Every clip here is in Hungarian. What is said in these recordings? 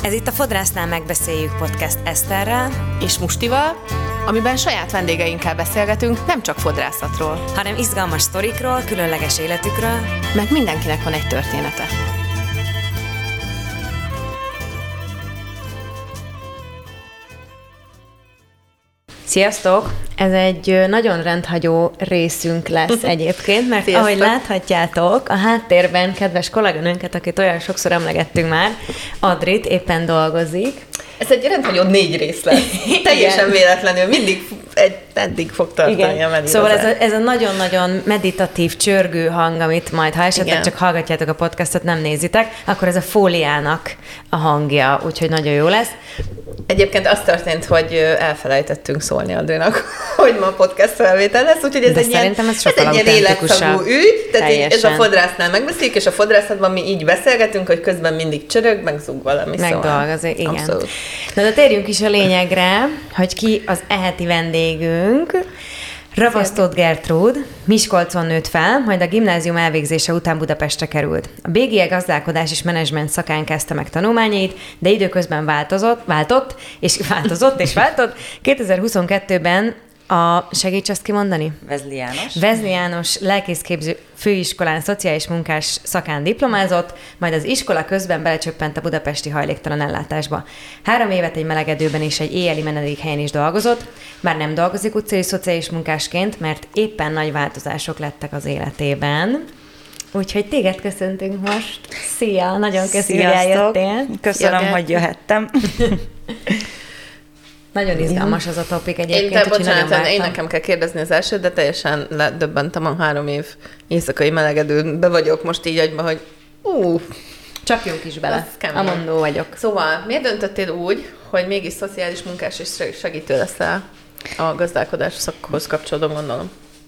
Ez itt a Fodrásznál megbeszéljük podcast Eszterrel és Mustival, amiben saját vendégeinkkel beszélgetünk nem csak fodrászatról, hanem izgalmas sztorikról, különleges életükről, meg mindenkinek van egy története. Sziasztok! Ez egy nagyon rendhagyó részünk lesz egyébként, mert sziasztok. Ahogy láthatjátok, a háttérben kedves kolléganőnket, akit olyan sokszor emlegettünk már, Adrit éppen dolgozik. Ez egy rendhagyó 4 rész lesz. Teljesen véletlenül, eddig fog tartani a meditázás. Szóval ez a nagyon-nagyon meditatív, csörgő hang, amit majd, ha esetleg csak hallgatjátok a podcastot, nem nézitek, akkor ez a fóliának a hangja, úgyhogy nagyon jó lesz. Egyébként az történt, hogy elfelejtettünk szólni Adrinak, hogy ma podcast felvétel lesz, úgyhogy ez egy ilyen életszagú ügy, tehát ez a fodrásznál megbeszéljük, és a fodrászatban mi így beszélgetünk, hogy közben mindig csörög, meg zúg valami. Megdolgozik, igen. Abszolút. Na de térjünk is a lényegre, hogy ki az eheti vendégünk. Ravasztóth Gertrúd Miskolcon nőtt fel, majd a gimnázium elvégzése után Budapestre került. A BGE gazdálkodás és menedzsment szakán kezdte meg tanulmányait, de időközben váltott. 2022-ben segíts azt kimondani? Vezli János lelkészképző főiskolán szociális munkás szakán diplomázott, majd az iskola közben belecsöppent a budapesti hajléktalan ellátásba. 3 évet egy melegedőben és egy éjjeli menedékhelyen is dolgozott, bár nem dolgozik utcai szociális munkásként, mert éppen nagy változások lettek az életében. Úgyhogy téged köszöntünk most. Szia, nagyon köszönöm, hogy eljöttél. Köszönöm, hogy jöhettem. Nagyon izgalmas az a topik egyébként. Én nekem kell kérdezni az elsőt, de teljesen ledöbbentem, a 3 év éjszakai melegedőbe vagyok most így agyba, hogy csapjunk is bele, amondó vagyok. Szóval miért döntöttél úgy, hogy mégis szociális munkás és segítő leszel a gazdálkodás szakhoz kapcsolódóan, gondolom?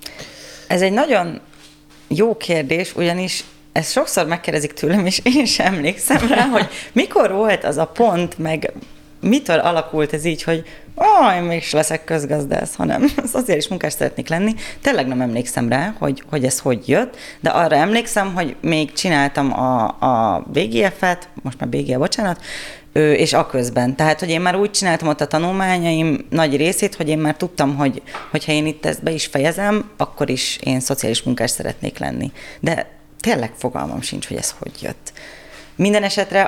Ez egy nagyon jó kérdés, ugyanis ezt sokszor megkérdezik tőlem, és én sem emlékszem rá, hogy mikor volt az a pont, meg mitől alakult ez így, hogy én mégis leszek közgazdász, hanem szociális munkás szeretnék lenni. Tényleg nem emlékszem rá, hogy ez hogy jött, de arra emlékszem, hogy még csináltam a BGF-et, most már BGF, bocsánat, és aközben. Tehát, hogy én már úgy csináltam ott a tanulmányaim nagy részét, hogy én már tudtam, hogy ha én itt ezt be is fejezem, akkor is én szociális munkás szeretnék lenni. De tényleg fogalmam sincs, hogy ez hogy jött. Minden esetre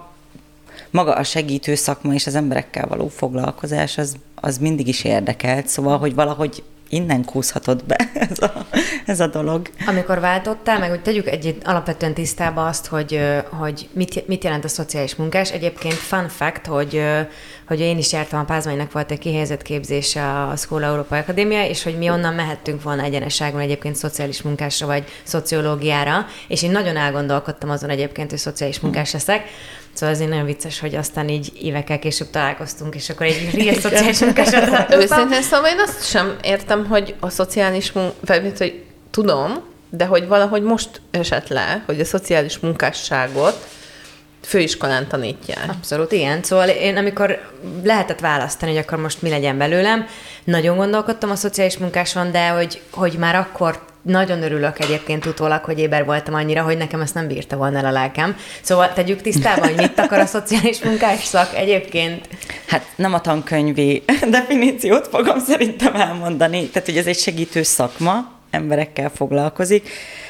maga a segítő szakma és az emberekkel való foglalkozás, az mindig is érdekelt, szóval, hogy valahogy innen kúszhatott be ez a dolog. Amikor váltottál, meg hogy tegyük alapvetően tisztába azt, hogy mit jelent a szociális munkás. Egyébként fun fact, hogy én is jártam, a Pázmánynak volt egy kihelyezett képzése a Szkóla Európai Akadémia, és hogy mi onnan mehettünk volna egyenesságon egyébként szociális munkásra vagy szociológiára, és én nagyon elgondolkodtam azon egyébként, hogy szociális munkás leszek. Szóval azért nagyon vicces, hogy aztán így évekkel később találkoztunk, és akkor egy riesz szociális munkásra találkoztam. Őszintén szóval én azt sem értem, hogy a szociális hogy tudom, de hogy valahogy most esett le, hogy a szociális munkásságot főiskolán tanítják. Abszolút, igen. Szóval én amikor lehetett választani, hogy akkor most mi legyen belőlem, nagyon gondolkodtam a szociális munkáson, de hogy már akkor nagyon örülök egyébként utólag, hogy éber voltam annyira, hogy nekem ezt nem bírta volna el a lelkem. Szóval tegyük tisztában, hogy mit akar a szociális munkás szak egyébként? Hát nem a tankönyvi definíciót fogom szerintem elmondani. Tehát, hogy ez egy segítő szakma, emberekkel foglalkozik.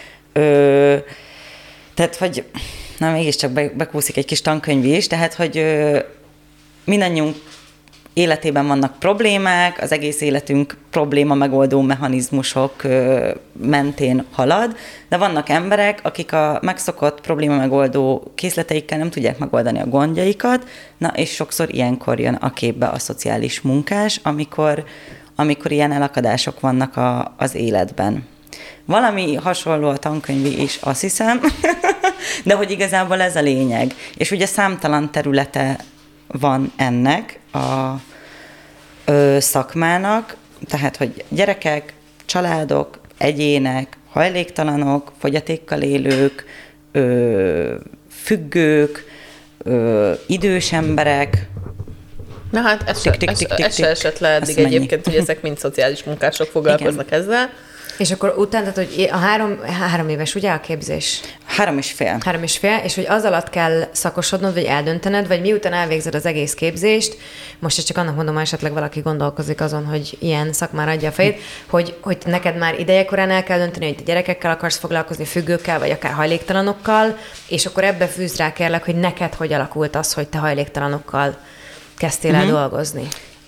Tehát, hogy mégiscsak bekúszik egy kis tankönyv is, tehát, hogy mindannyiunk életében vannak problémák, az egész életünk probléma megoldó mechanizmusok mentén halad, de vannak emberek, akik a megszokott probléma megoldó készleteikkel nem tudják megoldani a gondjaikat, és sokszor ilyenkor jön a képbe a szociális munkás, amikor ilyen elakadások vannak az életben. Valami hasonló a tankönyvi is, azt hiszem, de hogy igazából ez a lényeg. És ugye számtalan területe van ennek a szakmának, tehát, hogy gyerekek, családok, egyének, hajléktalanok, fogyatékkal élők, függők, idős emberek. Na hát ez se esett le eddig egyébként, hogy ezek mind szociális munkások foglalkoznak ezzel. És akkor utána, tehát, hogy a 3 éves, ugye a képzés? 3,5. 3,5, és hogy az alatt kell szakosodnod, vagy eldöntened, vagy miután elvégzed az egész képzést, most ezt csak annak mondom, hogy esetleg valaki gondolkozik azon, hogy ilyen szakmára adja a fejét, hogy neked már idejekorán el kell dönteni, hogy te gyerekekkel akarsz foglalkozni, függőkkel, vagy akár hajléktalanokkal, és akkor ebbe fűz rá kérlek, hogy neked hogy alakult az, hogy te hajléktalanokkal kezdtél el dolgozni?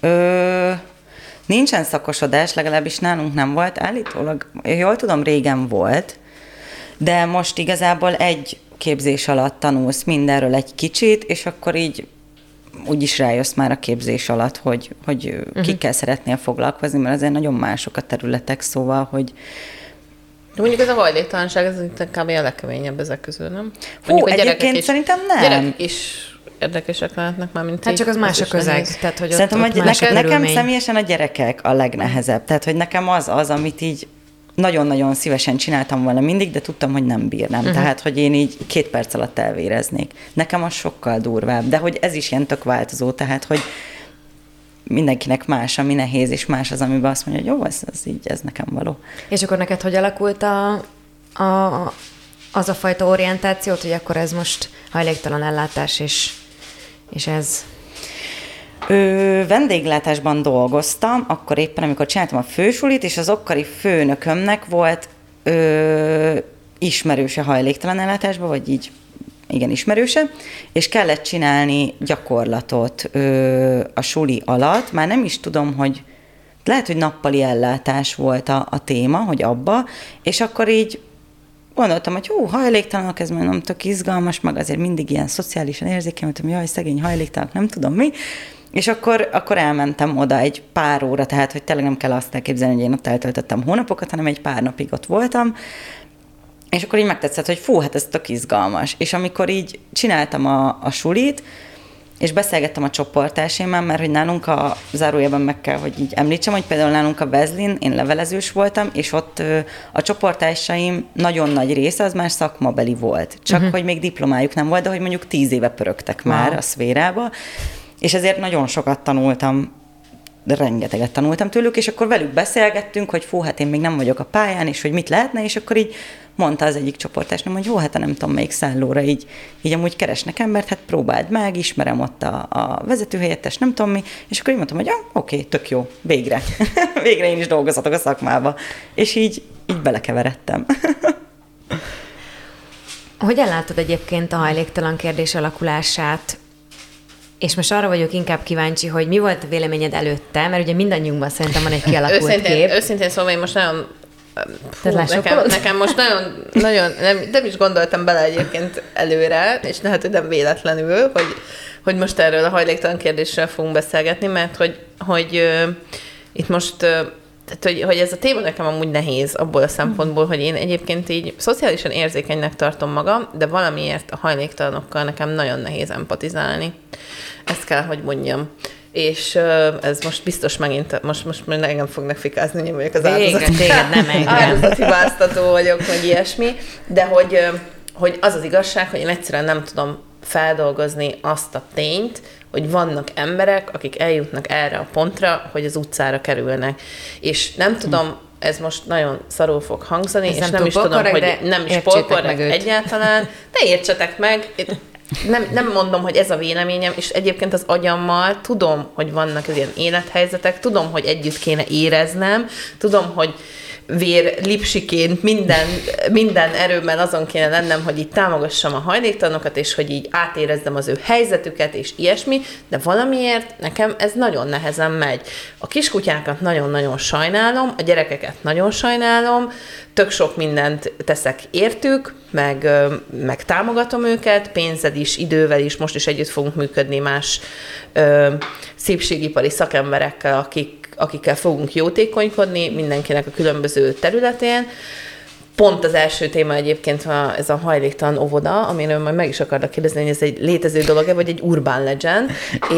Nincsen szakosodás, legalábbis nálunk nem volt. Állítólag, jól tudom, régen volt, de most igazából egy képzés alatt tanulsz mindenről egy kicsit, és akkor így úgyis rájössz már a képzés alatt, hogy kikkel szeretnél foglalkozni, mert azért nagyon mások a területek, szóval, hogy... De mondjuk ez a hajléktalanság, ez kb. A legkeményebb ezek közül, nem? Hú, egyébként szerintem nem. Gyerekek is érdekesek lehetnek már, mint hát csak az más a közeg. Tehát, hogy szerintem, hogy nekem személyesen a gyerekek a legnehezebb. Tehát, hogy nekem az, amit így nagyon-nagyon szívesen csináltam volna mindig, de tudtam, hogy nem bírnám. Tehát, hogy én így 2 perc alatt elvéreznék. Nekem az sokkal durvább. De hogy ez is ilyen tök változó, tehát, hogy mindenkinek más, ami nehéz, és más az, amiben azt mondja, hogy jó, ez nekem való. És akkor neked hogy alakult az a fajta orientációt, hogy akkor ez most hajléktalan ellátás, és ez... Vendéglátásban dolgoztam, akkor éppen, amikor csináltam a fősulit, és az akkori főnökömnek volt ismerőse hajléktalan ellátásban, vagy így, igen, ismerőse, és kellett csinálni gyakorlatot a suli alatt. Már nem is tudom, hogy lehet, hogy nappali ellátás volt a téma, hogy abba, és akkor így gondoltam, hogy hajléktalanok, ez már nem tök izgalmas, meg azért mindig ilyen szociálisan érzékeny, hogy jaj, szegény hajléktalanok, nem tudom mi. És akkor elmentem oda egy pár óra, tehát hogy tényleg nem kell azt elképzelni, hogy én ott eltöltöttem hónapokat, hanem egy pár napig ott voltam, és akkor így megtetszett, hogy hát ez tök izgalmas. És amikor így csináltam a sulit, és beszélgettem a csoporttársaimmal, mert hogy nálunk a zárójában meg kell, hogy így említsem, hogy például nálunk a Vezlin, én levelezős voltam, és ott a csoporttársaim nagyon nagy része az már szakmabeli volt. Csak hogy még diplomájuk nem volt, de hogy mondjuk 10 éve pörögtek már a szférába, és ezért nagyon sokat tanultam, de rengeteget tanultam tőlük, és akkor velük beszélgettünk, hogy hát én még nem vagyok a pályán, és hogy mit lehetne, és akkor így mondta az egyik csoporttársam, hogy hát nem tudom melyik szállóra így amúgy keresnek embert, hát próbáld meg, ismerem ott a vezetőhelyettes, nem tudom mi, és akkor így mondtam, hogy oké, tök jó, végre. Végre én is dolgozhatok a szakmába. És így belekeveredtem. Hogyan látod egyébként a hajléktalan kérdés alakulását? És most arra vagyok inkább kíváncsi, hogy mi volt a véleményed előtte, mert ugye mindannyiunkban szerintem van egy kialakult kép. Őszintén szóval én most nagyon... nekem most nagyon nem is gondoltam bele egyébként előre, és lehet, hogy nem véletlenül, hogy most erről a hajléktalan kérdésről fogunk beszélgetni, mert hogy itt most... Tehát, hogy ez a téma nekem amúgy nehéz abból a szempontból, hogy én egyébként így szociálisan érzékenynek tartom magam, de valamiért a hajléktalanokkal nekem nagyon nehéz empatizálni. Ezt kell, hogy mondjam. És ez most biztos megint, most engem fognak fikázni, hogy én vagyok az áldozatibáztató vagyok, meg ilyesmi, de hogy az az igazság, hogy én egyszerűen nem tudom feldolgozni azt a tényt, hogy vannak emberek, akik eljutnak erre a pontra, hogy az utcára kerülnek. És nem tudom, ez most nagyon szarul fog hangzani, és nem is tudom, hogy nem is polkorrekt egyáltalán, de értsetek meg, nem mondom, hogy ez a véleményem, és egyébként az agyammal tudom, hogy vannak az ilyen élethelyzetek, tudom, hogy együtt kéne éreznem, tudom, hogy lipsiként minden erőmmel azon kéne lennem, hogy így támogassam a hajléktalanokat, és hogy így átérezzem az ő helyzetüket, és ilyesmi, de valamiért nekem ez nagyon nehezen megy. A kiskutyákat nagyon-nagyon sajnálom, a gyerekeket nagyon sajnálom, tök sok mindent teszek értük, meg támogatom őket, pénzzel is, idővel is, most is együtt fogunk működni más szépségipari szakemberekkel, akikkel fogunk jótékonykodni, mindenkinek a különböző területén. Pont az első téma egyébként ez a hajléktalan óvoda, amiről majd meg is akarlak kérdezni, hogy ez egy létező dolog-e, vagy egy urban legend,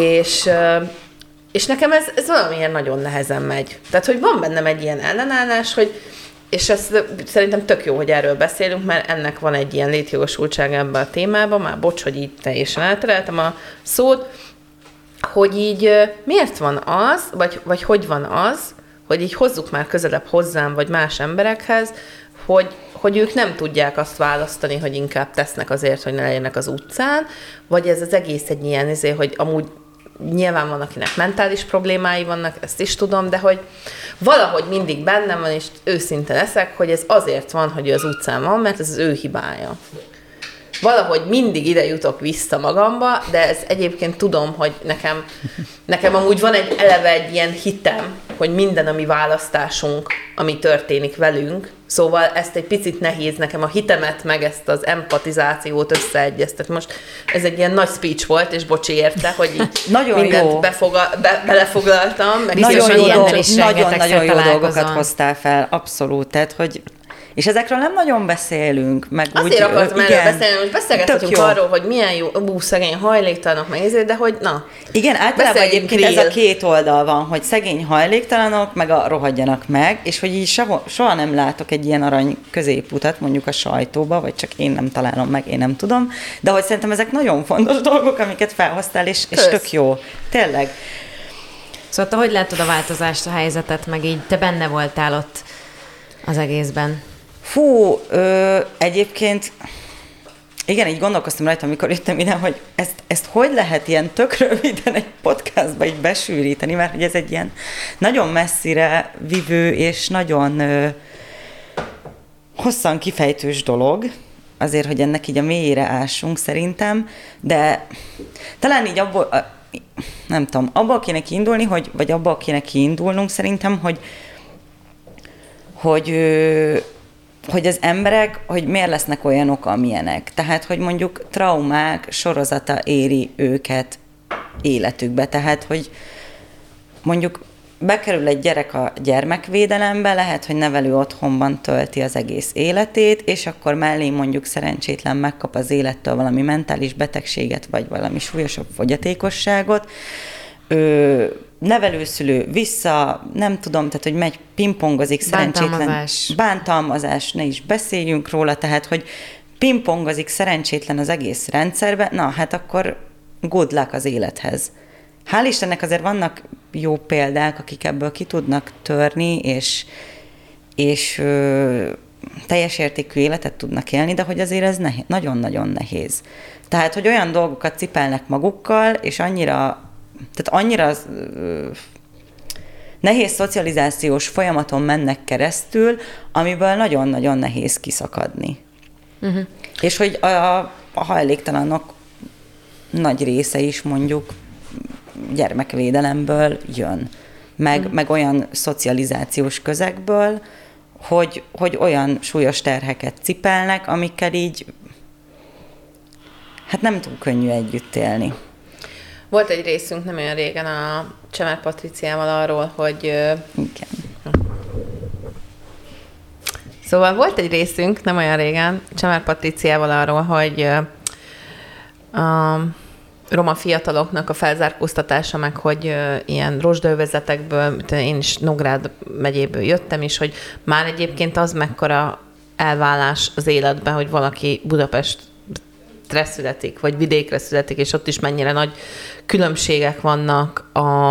és nekem ez valamilyen nagyon nehezen megy. Tehát, hogy van bennem egy ilyen ellenállás, és ez szerintem tök jó, hogy erről beszélünk, mert ennek van egy ilyen létjogosultság ebben a témában, már bocs, hogy így teljesen eltereltem a szót, hogy így miért van az, vagy hogy van az, hogy így hozzuk már közelebb hozzám, vagy más emberekhez, hogy ők nem tudják azt választani, hogy inkább tesznek azért, hogy ne legyenek az utcán, vagy ez az egész egy ilyen, hogy amúgy nyilván van, akinek mentális problémái vannak, ezt is tudom, de hogy valahogy mindig bennem van, és őszinte leszek, hogy ez azért van, hogy ő az utcán van, mert ez az ő hibája. Valahogy mindig ide jutok vissza magamba, de ez egyébként tudom, hogy nekem amúgy van egy ilyen hitem, hogy minden a mi választásunk, ami történik velünk, szóval ezt egy picit nehéz nekem a hitemet, meg ezt az empatizációt összeegyeztetni. Most ez egy ilyen nagy speech volt, és bocsi érte, hogy így nagyon mindent belefoglaltam. Meg nagyon jó dolgokat hoztál fel, abszolút, tehát, hogy és ezekről nem nagyon beszélünk. Meg azért akartam erről beszélni, hogy beszélgethetünk arról, hogy milyen jó, szegény hajléktalanok, meg ezért, de hogy na. Igen, általában egyébként ez a két oldal van, hogy szegény hajléktalanok, meg a rohadjanak meg, és hogy így soha nem látok egy ilyen arany középutat, mondjuk a sajtóba, vagy csak én nem találom meg, én nem tudom, de hogy szerintem ezek nagyon fontos dolgok, amiket felhoztál, és tök jó. Tényleg. Szóval te hogy látod a változást, a helyzetet, meg így te benne voltál ott az egészben? Fú, egyébként, igen, így gondolkoztam rajta, amikor jöttem ide, hogy ezt hogy lehet ilyen tök röviden egy podcastba így besűríteni, mert hogy ez egy ilyen nagyon messzire vivő és nagyon hosszan kifejtős dolog, azért, hogy ennek így a mélyére ássunk szerintem, de talán így abból, nem tudom, abból kéne kiindulni, vagy abból kéne kiindulnunk szerintem, hogy az emberek, hogy miért lesznek olyanok, amilyenek. Tehát, hogy mondjuk traumák sorozata éri őket életükbe. Tehát, hogy mondjuk bekerül egy gyerek a gyermekvédelembe, lehet, hogy nevelő otthonban tölti az egész életét, és akkor mellé mondjuk szerencsétlen megkap az élettől valami mentális betegséget, vagy valami súlyosabb fogyatékosságot, nevelőszülő vissza, nem tudom, tehát, hogy megy, pingpongozik szerencsétlen. Bántalmazás, ne is beszéljünk róla, tehát, hogy pingpongozik szerencsétlen az egész rendszerbe, na, hát akkor good luck az élethez. Hál' Istennek azért vannak jó példák, akik ebből ki tudnak törni, és teljes értékű életet tudnak élni, de hogy azért ez nagyon-nagyon nehéz. Tehát, hogy olyan dolgokat cipelnek magukkal, és annyira nehéz szocializációs folyamaton mennek keresztül, amiből nagyon-nagyon nehéz kiszakadni. Uh-huh. És hogy a hajléktalanok nagy része is mondjuk gyermekvédelemből jön, meg olyan szocializációs közegből, hogy olyan súlyos terheket cipelnek, amikkel így hát nem túl könnyű együtt élni. Volt egy részünk nem olyan régen a Csemer Patriciával arról, hogy... Igen. Szóval volt egy részünk nem olyan régen Csemer Patriciával arról, hogy a roma fiataloknak a felzárkóztatása, meg hogy ilyen rozsdaövezetekből, én is Nógrád megyéből jöttem, és hogy már egyébként az mekkora elválás az életben, hogy valaki Budapestre születik, vagy vidékre születik, és ott is mennyire nagy különbségek vannak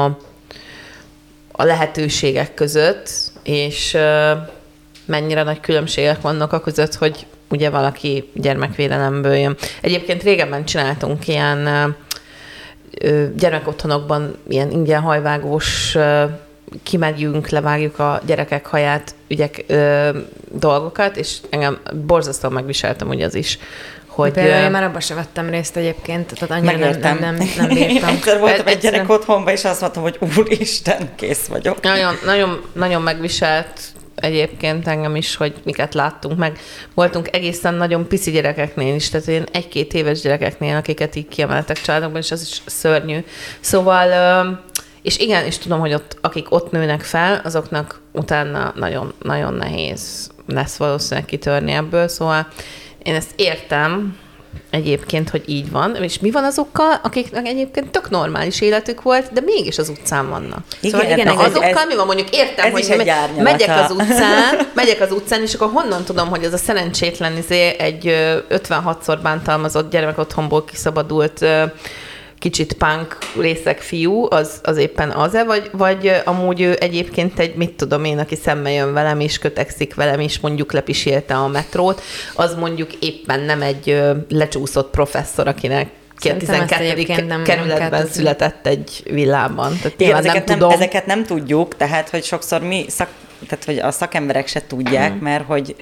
a lehetőségek között, és mennyire nagy különbségek vannak a között, hogy ugye valaki gyermekvédelemből jön. Egyébként régebben csináltunk ilyen gyermekotthonokban ilyen ingyen hajvágós, kimegyünk, levágjuk a gyerekek haját, dolgokat, és engem borzasztóan megviseltem ugye az is, hogy... Például én már abban sem vettem részt egyébként, tehát annyira nem bírtam. Én egyszer voltam egy gyerek otthonban, és azt mondtam, hogy úristen, kész vagyok. Nagyon megviselt egyébként engem is, hogy miket láttunk meg. Voltunk egészen nagyon pici gyerekeknél is, tehát ilyen 1-2 éves gyerekeknél, akiket így kiemeltek családokban, és az is szörnyű. Szóval, és igen, és tudom, hogy akik ott nőnek fel, azoknak utána nagyon, nagyon nehéz lesz valószínűleg kitörni ebből, szóval én ezt értem egyébként, hogy így van, és mi van azokkal, akiknek egyébként tök normális életük volt, de mégis az utcán vannak. Szóval igen, azokkal mi van, mondjuk értem, hogy megyek az utcán, és akkor honnan tudom, hogy ez a szerencsétlen egy 56-szor bántalmazott gyermekotthonból kiszabadult kicsit punk részeg fiú, az éppen az-e, vagy amúgy ő egyébként egy, mit tudom én, aki szembe jön velem és kötekszik velem, és mondjuk lepisílte a metrót, az mondjuk éppen nem egy lecsúszott professzor, akinek ki a 12. kerületben született egy villában. Tehát ezeket nem tudjuk, tehát hogy sokszor tehát hogy a szakemberek se tudják, mert hogy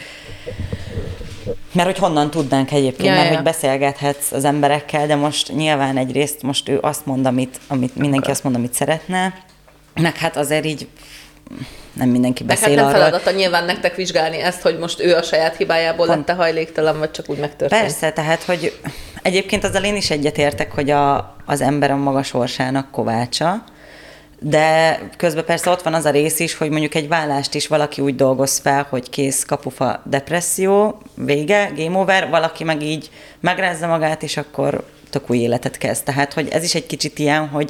honnan tudnánk egyébként, mert hogy beszélgethetsz az emberekkel, de most nyilván egyrészt most ő azt mond, amit mindenki azt mond, amit szeretne, meg hát azért így nem mindenki beszél arról. Nem feladata nyilván nektek vizsgálni ezt, hogy most ő a saját hibájából lett a hajléktalan, vagy csak úgy megtörtént. Persze, tehát, hogy egyébként azzal én is egyetértek, hogy az ember a maga sorsának kovácsa, de közben persze ott van az a rész is, hogy mondjuk egy vállást is valaki úgy dolgoz fel, hogy kész, kapufa, depresszió, vége, game over, valaki meg így megrázza magát, és akkor tök új életet kezd. Tehát, hogy ez is egy kicsit ilyen, hogy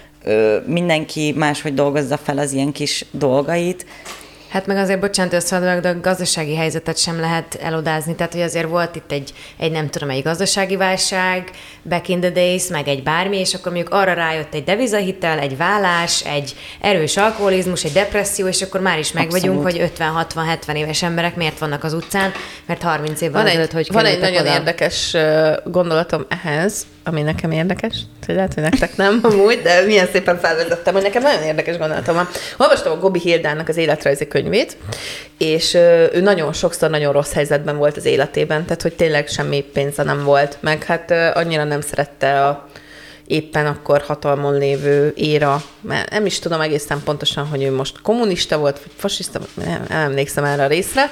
mindenki máshogy dolgozza fel az ilyen kis dolgait. Hát meg azért, bocsánat, összeadólag, de a gazdasági helyzetet sem lehet elodázni. Tehát, hogy azért volt itt egy nem tudom, egy gazdasági válság, back in the days, meg egy bármi, és akkor mondjuk arra rájött egy devizahitel, egy vállás, egy erős alkoholizmus, egy depresszió, és akkor már is megvagyunk, hogy 50-60-70 éves emberek miért vannak az utcán, mert 30 évvel ezelőtt, hogy van egy nagyon érdekes gondolatom ehhez, ami nekem érdekes, lehet, hogy nektek nem amúgy, de milyen szépen felvezettem, hogy nekem nagyon érdekes gondolatom van. Olvastam a Gobi Hildának az életrajzi könyvét, és ő nagyon sokszor nagyon rossz helyzetben volt az életében, tehát hogy tényleg semmi pénze nem volt, meg hát annyira nem szerette a éppen akkor hatalmon lévő éra, mert nem is tudom egészen pontosan, hogy ő most kommunista volt, vagy fasiszta, nem emlékszem erre a részre,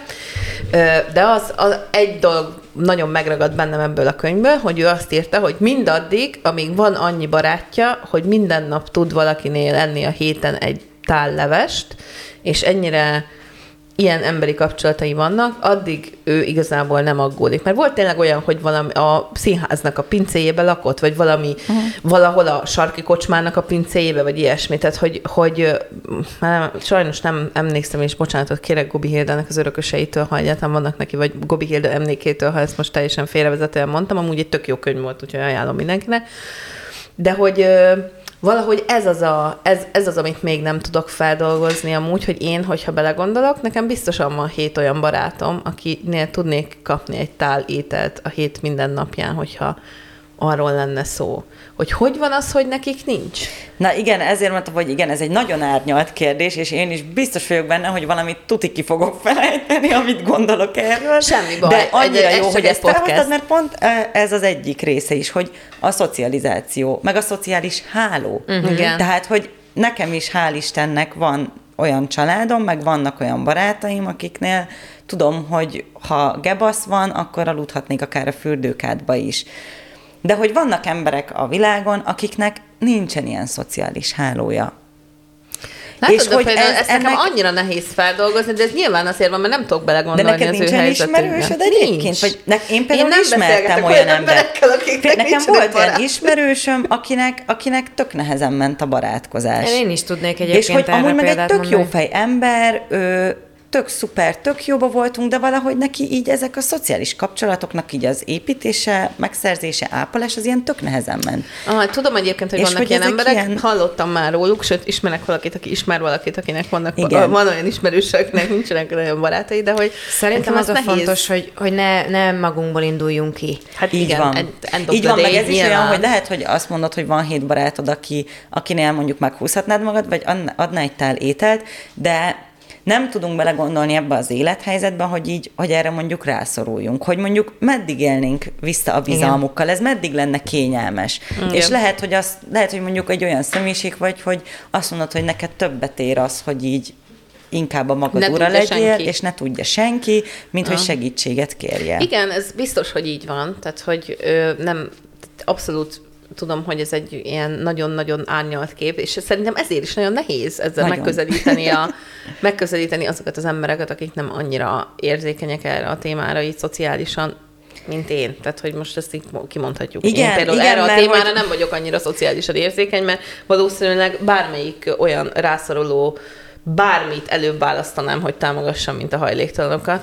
de az egy dolog nagyon megragad bennem ebből a könyvből, hogy ő azt írta, hogy mindaddig, amíg van annyi barátja, hogy minden nap tud valakinél enni a héten egy tál levest, és ennyire ilyen emberi kapcsolatai vannak, addig ő igazából nem aggódik. Mert volt tényleg olyan, hogy valami a színháznak a pincéjébe lakott, vagy valahol a sarki kocsmának a pincéjébe, vagy ilyesmi. Tehát, hogy sajnos nem emlékszem, és bocsánatot kérek Gobi Hildának az örököseitől, ha egyáltalán vannak neki, vagy Gobi Hilda emlékétől, ha ezt most teljesen félrevezetően mondtam. Amúgy egy tök jó könyv volt, úgyhogy ajánlom mindenkinek. De hogy valahogy ez az, amit még nem tudok feldolgozni amúgy, hogy én, hogyha belegondolok, nekem biztosan van 7 olyan barátom, akinél tudnék kapni egy tál ételt a hét minden napján, hogyha arról lenne szó. Hogy van az, hogy nekik nincs? Na igen, ezért mondtam, hogy igen, ez egy nagyon árnyalt kérdés, és én is biztos vagyok benne, hogy valamit tuti ki fogok felejteni, amit gondolok erről. Semmi baj. De annyira jó, hogy ezt felhoztad, mert pont ez az egyik része is, hogy a szocializáció, meg a szociális háló. Igen. Tehát, hogy nekem is hál' Istennek van olyan családom, meg vannak olyan barátaim, akiknél tudom, hogy ha gebasz van, akkor aludhatnék akár a fürdőkádba is. De hogy vannak emberek a világon, akiknek nincsen ilyen szociális hálója. Látod, és hogy ezt nekem annyira nehéz feldolgozni, de ez nyilván azért van, mert nem tudok belegondolni az ő helyzetünkbe. De neked nincsen ismerősöd egyébként? Vagy én például ismertem olyan emberekkel, nekem volt olyan ismerősöm, akinek tök nehezen ment a barátkozás. Én is tudnék egyébként és hogy erre amúgy meg egy tök mondani. jó fej ember, tök szuper, tök jóba voltunk, de valahogy neki így ezek a szociális kapcsolatoknak így az építése, megszerzése, ápolás, az ilyen tök nehezen ment. Tudom egyébként, hogy vannak ilyen emberek, hallottam már róluk, sőt, ismerek valakit, aki ismer valakit, akinek van olyan ismerősök, akinek nincsenek olyan barátai, de hogy szerintem az a fontos, hogy ne magunkból induljunk ki. Hát így igen, van. Így van, meg ez is olyan, hogy lehet, hogy azt mondod, hogy van 7 barátod, akinél mondjuk meghúzhatnád magad, vagy adná egy tál ételt, de nem tudunk belegondolni ebbe az élethelyzetbe, hogy erre mondjuk rászoruljunk, hogy mondjuk meddig élnénk vissza a bizalmukkal, ez meddig lenne kényelmes. Igen. És lehet, hogy mondjuk egy olyan személyiség vagy, hogy azt mondod, hogy neked többet ér az, hogy így inkább a magad ura legyél, és ne tudja senki, mint hogy segítséget kérje. Igen, ez biztos, hogy így van, tehát hogy nem abszolút tudom, hogy ez egy ilyen nagyon-nagyon árnyalt kép, és szerintem ezért is nagyon nehéz ezzel megközelíteni azokat az embereket, akik nem annyira érzékenyek erre a témára, így szociálisan, mint én. Tehát, hogy most ezt így kimondhatjuk. Igen, én például erre a témára nem vagyok annyira szociálisan érzékeny, mert valószínűleg bármelyik olyan rászoruló bármit előbb választanám, hogy támogassam, mint a hajléktalanokat.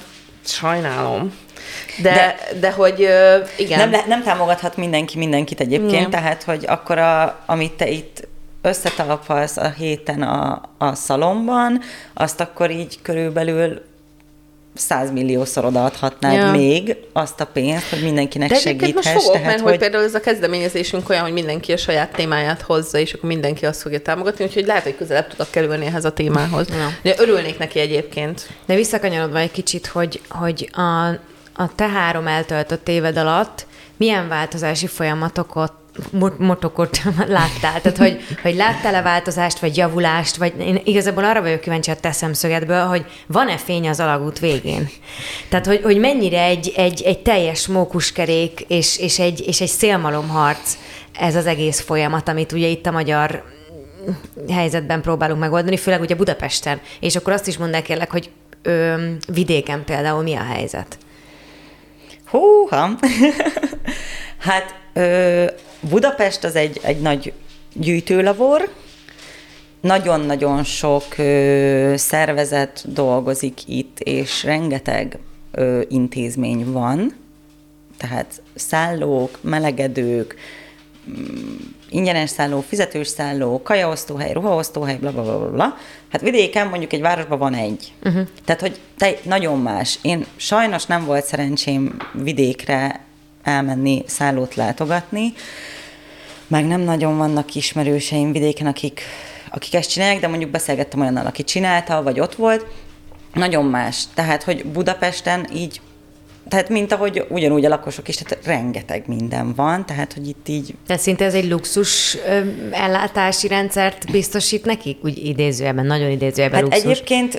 Sajnálom. De hogy igen. Nem támogathat mindenki mindenkit egyébként, tehát hogy akkor amit te itt összetalpalsz a héten a szalomban, azt akkor így körülbelül 100 milliószor odaadhatnád még azt a pénzt, hogy mindenkinek segíthess. Most fogok, mert hogy például ez a kezdeményezésünk olyan, hogy mindenki a saját témáját hozza, és akkor mindenki azt fogja támogatni, úgyhogy lehet, hogy közelebb tudok kerülni ehhez a témához. De örülnék neki egyébként. De visszakanyarodva egy kicsit, hogy a te 3 eltöltött éved alatt milyen változási folyamatokat motokot láttál? Tehát, hogy láttál-e változást, vagy javulást, vagy én igazából arra vagyok kíváncsi a te szemszögedből, hogy van-e fény az alagút végén? Tehát, hogy mennyire egy teljes mókuskerék és egy szélmalomharc ez az egész folyamat, amit ugye itt a magyar helyzetben próbálunk megoldani, főleg ugye Budapesten. És akkor azt is mondd el kérlek, hogy vidéken például mi a helyzet? Húha! Hát Budapest az egy nagy gyűjtőlavor, nagyon-nagyon sok szervezet dolgozik itt, és rengeteg intézmény van, tehát szállók, melegedők, ingyenes szálló, fizetős szálló, kajaosztóhely, ruhaosztóhely, blablabla. Hát vidéken mondjuk egy városban van egy. Tehát, hogy nagyon más. Én sajnos nem volt szerencsém vidékre elmenni, szállót látogatni, meg nem nagyon vannak ismerőseim vidéken, akik ezt csinálják, de mondjuk beszélgettem olyannal, aki csinálta, vagy ott volt. Nagyon más. Tehát, hogy Budapesten így, tehát mint ahogy ugyanúgy a lakosok is, tehát rengeteg minden van, tehát, hogy itt így... Tehát szinte ez egy luxus ellátási rendszert biztosít nekik? Úgy idézőjelben, nagyon idézőjelben hát luxus. Egyébként...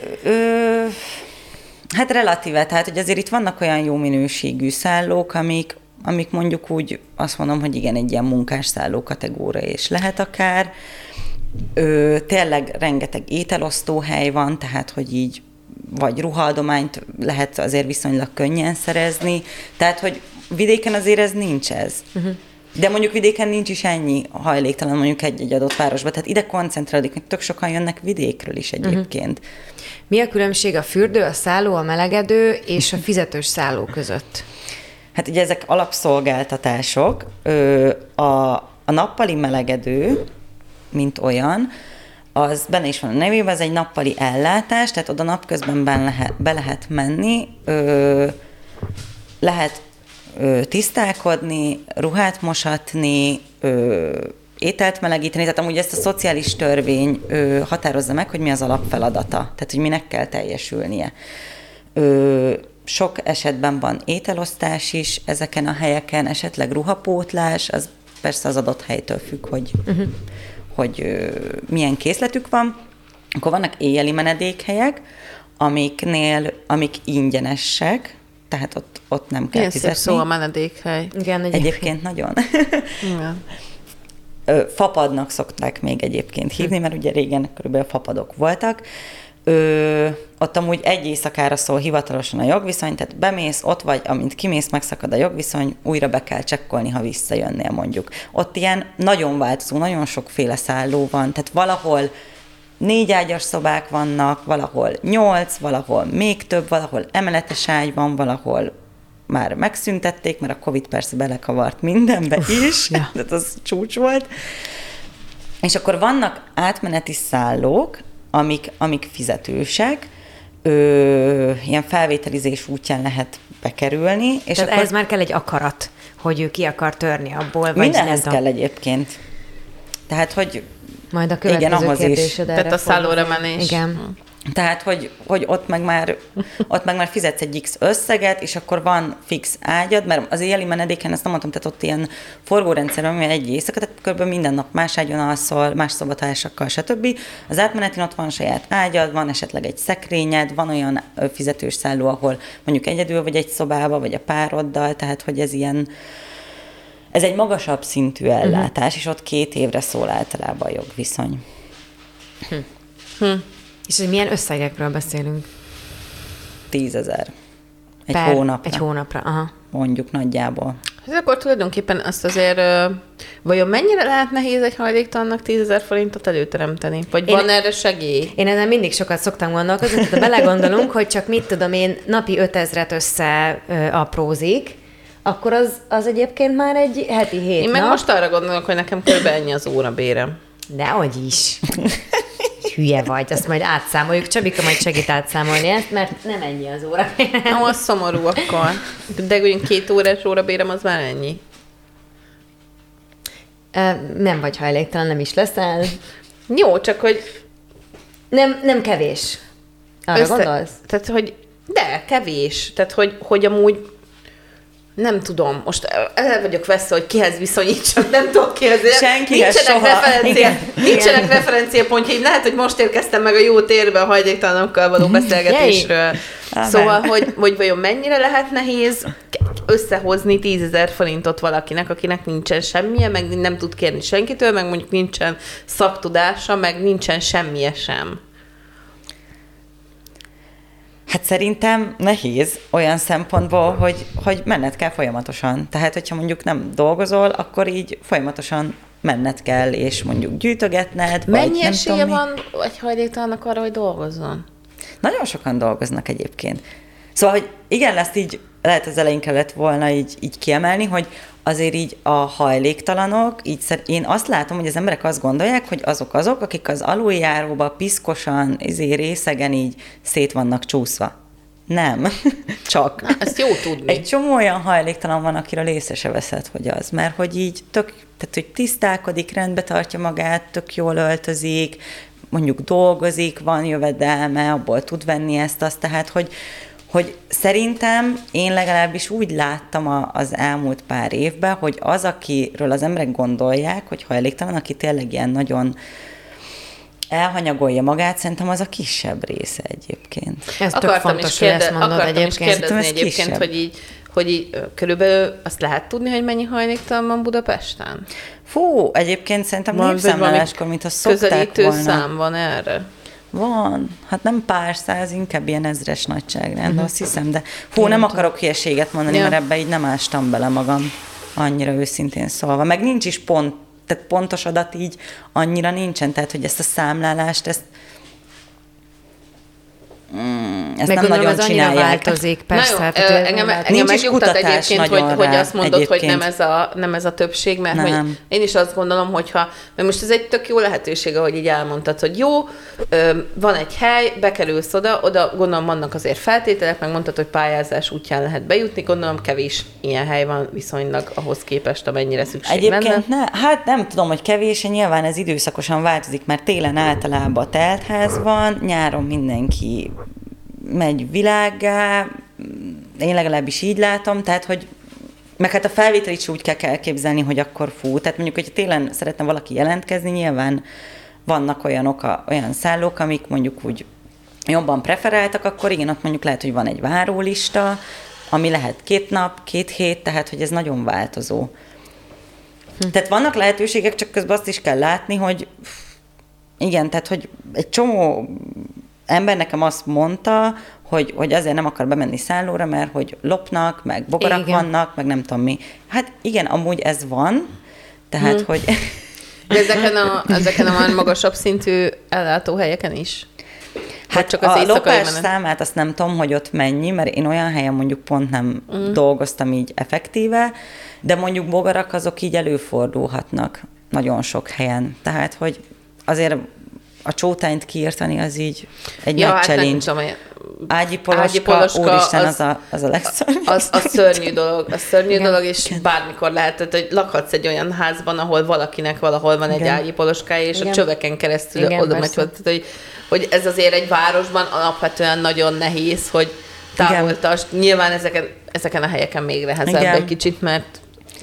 Hát relatíve, tehát hogy azért itt vannak olyan jó minőségű szállók, amik mondjuk úgy azt mondom, hogy igen, egy ilyen munkásszálló kategória is lehet akár. Tényleg rengeteg ételosztóhely van, tehát hogy így vagy ruhaadományt lehet azért viszonylag könnyen szerezni, tehát hogy vidéken azért ez nincs ez. De mondjuk vidéken nincs is ennyi hajléktalan mondjuk egy adott városban, tehát ide koncentrálódik, tök sokan jönnek vidékről is egyébként. Mi a különbség a fürdő, a szálló, a melegedő és a fizetős szálló között? Hát ugye ezek alapszolgáltatások. A nappali melegedő, mint olyan, az benne is van a nevében, ez egy nappali ellátás, tehát oda napközben be lehet menni, lehet tisztálkodni, ruhát mosatni, ételt melegíteni, tehát amúgy ezt a szociális törvény határozza meg, hogy mi az alapfeladata, tehát hogy minek kell teljesülnie. Sok esetben van ételosztás is ezeken a helyeken, esetleg ruhapótlás, az persze az adott helytől függ, hogy milyen készletük van. Akkor vannak éjjeli menedékhelyek, amik ingyenesek, tehát ott nem kell fizetni. Szép szó a menedékhely. Igen, egyébként nagyon. Igen. Fapadnak szokták még egyébként hívni, mert ugye régen körülbelül fapadok voltak. Ott amúgy egy éjszakára szól hivatalosan a jogviszony, tehát bemész, ott vagy, amint kimész, megszakad a jogviszony, újra be kell csekkolni, ha visszajönnél mondjuk. Ott ilyen nagyon változó, nagyon sokféle szálló van, tehát valahol 4 ágyas szobák vannak, valahol 8, valahol még több, valahol emeletes ágy van, valahol már megszüntették, mert a Covid persze belekavart mindenbe is, tehát az csúcs volt. És akkor vannak átmeneti szállók, amik fizetősek, ilyen felvételizés útján lehet bekerülni. És tehát ez már kell egy akarat, hogy ő ki akar törni abból, vagy mindenhez kell egyébként. Tehát, hogy majd a következő kérdésed erre. Tehát a szállóra menés. Igen. Tehát, hogy ott meg már fizetsz egy X összeget, és akkor van fix ágyad, mert az éjjeli menedéken, ezt nem mondtam, tehát ott ilyen forgórendszer, ami egy éjszaka, tehát kb. Minden nap más ágyon alszol, más szobatársakkal, stb. Az átmenetin ott van saját ágyad, van esetleg egy szekrényed, van olyan fizetős szálló, ahol mondjuk egyedül vagy egy szobába, vagy a pároddal, tehát hogy ez egy magasabb szintű ellátás, és ott 2 évre szól általában a jogviszony. És hogy milyen összegekről beszélünk? 10 000. Egy hónapra. Egy hónapra, aha. Mondjuk nagyjából. Ez akkor tulajdonképpen azt azért, vajon mennyire lehet nehéz egy hajléktalannak 10 000 forintot előteremteni? Vagy van erre segély? Én ezen mindig sokat szoktam gondolkozni, tehát ha belegondolunk, hogy csak mit tudom én, napi 5000-et összeaprózik, akkor az egyébként már egy heti 7 Én meg most arra gondolok, hogy nekem kb. Ennyi az órabérem. Dehogy is. Hülye vagy, azt majd átszámoljuk. Csabika majd segít átszámolni ezt, mert nem ennyi az órabérem. Az szomorú akkor. De ugyan 2 órás órabérem, az már ennyi. Nem vagy hajléktalan, nem is leszel. Jó, csak hogy... Nem kevés. Arra gondolsz? Tehát, hogy de, kevés. Tehát, hogy amúgy nem tudom, most el vagyok veszve, hogy kihez viszonyítsak, nem tudok kihez. Nincsenek referenciapontjaim. Lehet, hogy most érkeztem meg a jó térbe a hajléktalanokkal való beszélgetésről. Szóval, hogy vajon mennyire lehet nehéz összehozni 10 000 forintot valakinek, akinek nincsen semmije, meg nem tud kérni senkitől, meg mondjuk nincsen szaktudása, meg nincsen semmije sem. Hát szerintem nehéz olyan szempontból, hogy menned kell folyamatosan. Tehát, hogyha mondjuk nem dolgozol, akkor így folyamatosan menned kell, és mondjuk gyűjtögetned. Mennyi esélye van egy hajléktalannak arra, hogy dolgozzon? Nagyon sokan dolgoznak egyébként. Szóval, hogy igen, ezt így lehet az elején kellett volna így kiemelni, hogy azért így a hajléktalanok, így én azt látom, hogy az emberek azt gondolják, hogy azok, akik az aluljáróba piszkosan, részegen így szét vannak csúszva. Nem. Csak. Na, ezt jó tudni. Egy csomó olyan hajléktalan van, akiről észre se veszed, hogy az. Mert hogy így tehát, hogy tisztálkodik, rendbe tartja magát, tök jól öltözik, mondjuk dolgozik, van jövedelme, abból tud venni ezt-azt, tehát, hogy szerintem én legalábbis úgy láttam az elmúlt pár évben, hogy az, akiről az emberek gondolják, hogy hajléktalan, aki tényleg ilyen nagyon elhanyagolja magát, szerintem az a kisebb része egyébként. Ez tök fontos, hogy ezt mondod egyébként. Akartam is kérdezni egyébként, hogy így körülbelül azt lehet tudni, hogy mennyi hajléktalan van Budapesten? Fú, egyébként szerintem népszámláláskor, mint a szokták közelítő volna. szám van erre? Van. Hát nem pár száz, inkább ilyen 1000-es nagyságrend, azt hiszem, de nem akarok hülyeséget mondani, mert ebbe így nem ástam bele magam annyira őszintén szólva. Meg nincs is tehát pontos adat így annyira nincsen, tehát hogy ezt a számlálást, ezt meg nem nagyon ez csinálják. változik, persze. Hát, engem megnyugtat egyébként, hogy azt mondod, egyébként. Hogy nem ez a többség, mert hogy én is azt gondolom, hogyha, mert most ez egy tök jó lehetőség, ahogy így elmondtad, hogy jó, van egy hely, bekerülsz oda gondolom vannak azért feltételek, meg mondtad, hogy pályázás útján lehet bejutni, gondolom kevés ilyen hely van viszonylag ahhoz képest, amennyire szükség egyébként lenne. Hát nem tudom, hogy kevés, nyilván ez időszakosan változik, mert télen általában teltház van, nyáron mindenki megy világgá, én legalábbis így látom, tehát, hogy meg hát a felvételit is úgy kell elképzelni, hogy akkor fut. Tehát mondjuk, hogy télen szeretne valaki jelentkezni, nyilván vannak olyan szállók, amik mondjuk úgy jobban preferáltak, akkor igen, ott mondjuk lehet, hogy van egy várólista, ami lehet 2 nap, 2 hét, tehát, hogy ez nagyon változó. Tehát vannak lehetőségek, csak közben azt is kell látni, hogy igen, tehát, hogy egy csomó ember nekem azt mondta, hogy azért nem akar bemenni szállóra, mert hogy lopnak, meg bogarak vannak, meg nem tudom mi. Hát igen, amúgy ez van, tehát, hogy... De ezeken a már magasabb szintű ellátóhelyeken is? Hát csak az a lopás számát azt nem tudom, hogy ott mennyi, mert én olyan helyen mondjuk pont nem dolgoztam így effektíve, de mondjuk bogarak azok így előfordulhatnak nagyon sok helyen. Tehát, hogy azért a csótányt kiírtani az így egy nagy challenge. Ágyipoloska, úristen, az a legszörnyűbb. Az szörnyű dolog. Az szörnyű dolog, és bármikor lehet, hogy lakhatsz egy olyan házban, ahol valakinek valahol van egy ágyipoloskája, és a csöveken keresztül oda megy, hogy ez azért egy városban alapvetően nagyon nehéz, hogy távoltas. Nyilván ezeken a helyeken még nehezebb egy kicsit, mert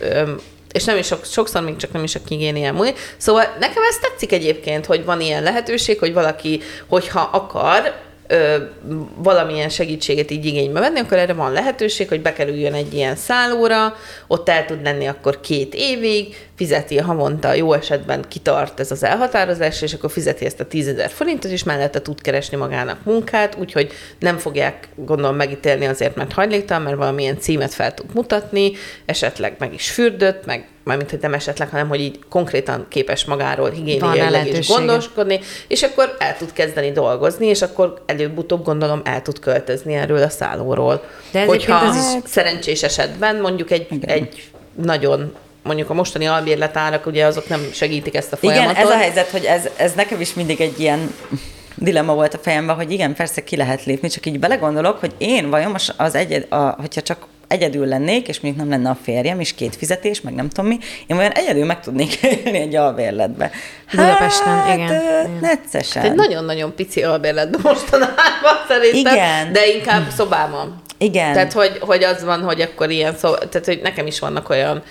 és nem is sokszor még csak nem is a higiénián múlik. Szóval nekem ez tetszik egyébként, hogy van ilyen lehetőség, hogy valaki, hogyha akar, valamilyen segítséget így igénybe venni, akkor erre van lehetőség, hogy bekerüljön egy ilyen szállóra, ott el tud lenni akkor 2 évig, fizeti havonta, jó esetben kitart ez az elhatározás, és akkor fizeti ezt a 10 000 forintot, és mellette tud keresni magának munkát, úgyhogy nem fogják, gondolom, megítélni azért, mert hajléktalan, mert valamilyen címet fel tud mutatni, esetleg meg is fürdött, meg mármint, hogy nem esetleg, hanem hogy így konkrétan képes magáról higiéniailag is gondoskodni, és akkor el tud kezdeni dolgozni, és akkor előbb-utóbb gondolom el tud költözni erről a szállóról. De hogyha szerencsés esetben mondjuk egy nagyon, mondjuk a mostani albérletárak, ugye azok nem segítik ezt a folyamatot. Igen, ez a helyzet, hogy ez nekem is mindig egy ilyen dilemma volt a fejemben, hogy igen, persze ki lehet lépni, csak így belegondolok, hogy én vajon hogyha csak egyedül lennék, és mondjuk nem lenne a férjem, és 2 fizetés, meg nem tudom mi, én olyan egyedül meg tudnék élni egy albérletbe. Budapesten, igen. Neccesen. Egy nagyon-nagyon pici albérletbe mostanában szerintem, igen. De inkább szobában. Igen. Tehát, hogy az van, hogy akkor ilyen tehát, hogy nekem is vannak olyan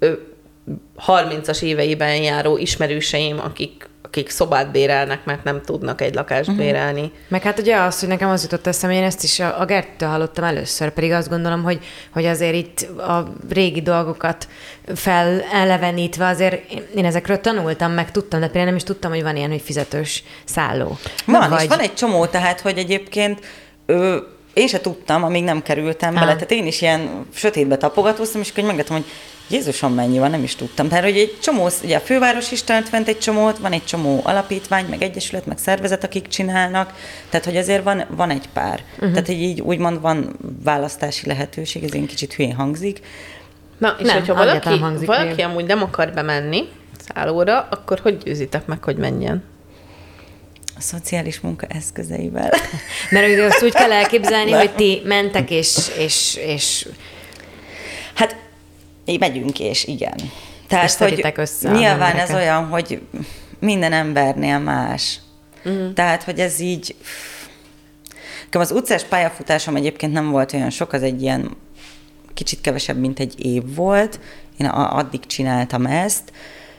30-as éveiben járó ismerőseim, akik szobát bérelnek, mert nem tudnak egy lakást bérelni. Meg hát ugye az, hogy nekem az jutott eszembe, én ezt is a Gerttől hallottam először, pedig azt gondolom, hogy azért itt a régi dolgokat felelevenítve azért én ezekről tanultam, meg tudtam, de például nem is tudtam, hogy van ilyen, hogy fizetős szálló. És van egy csomó, tehát, hogy egyébként én se tudtam, amíg nem kerültem bele, tehát én is ilyen sötétbe tapogatóztam, és akkor meglettem, hogy Jézusom, mennyi van, nem is tudtam. Tehát, hogy egy csomó, ugye a főváros is tart fent egy csomót, van egy csomó alapítvány, meg egyesület, meg szervezet, akik csinálnak, tehát, hogy azért van egy pár. Tehát, hogy így úgymond van választási lehetőség, ez én kicsit hülyén hangzik. Na, és hogyha valaki amúgy nem akar bemenni szállóra, akkor hogy győzitek meg, hogy menjen? A szociális munka eszközeivel. Mert ugye azt úgy kell elképzelni, hogy ti mentek, és hát megyünk, és igen. Tehát, hogy nyilván ez olyan, hogy minden embernél más. Tehát, hogy ez így... Az utcás pályafutásom egyébként nem volt olyan sok, az egy ilyen kicsit kevesebb, mint egy év volt. Én addig csináltam ezt.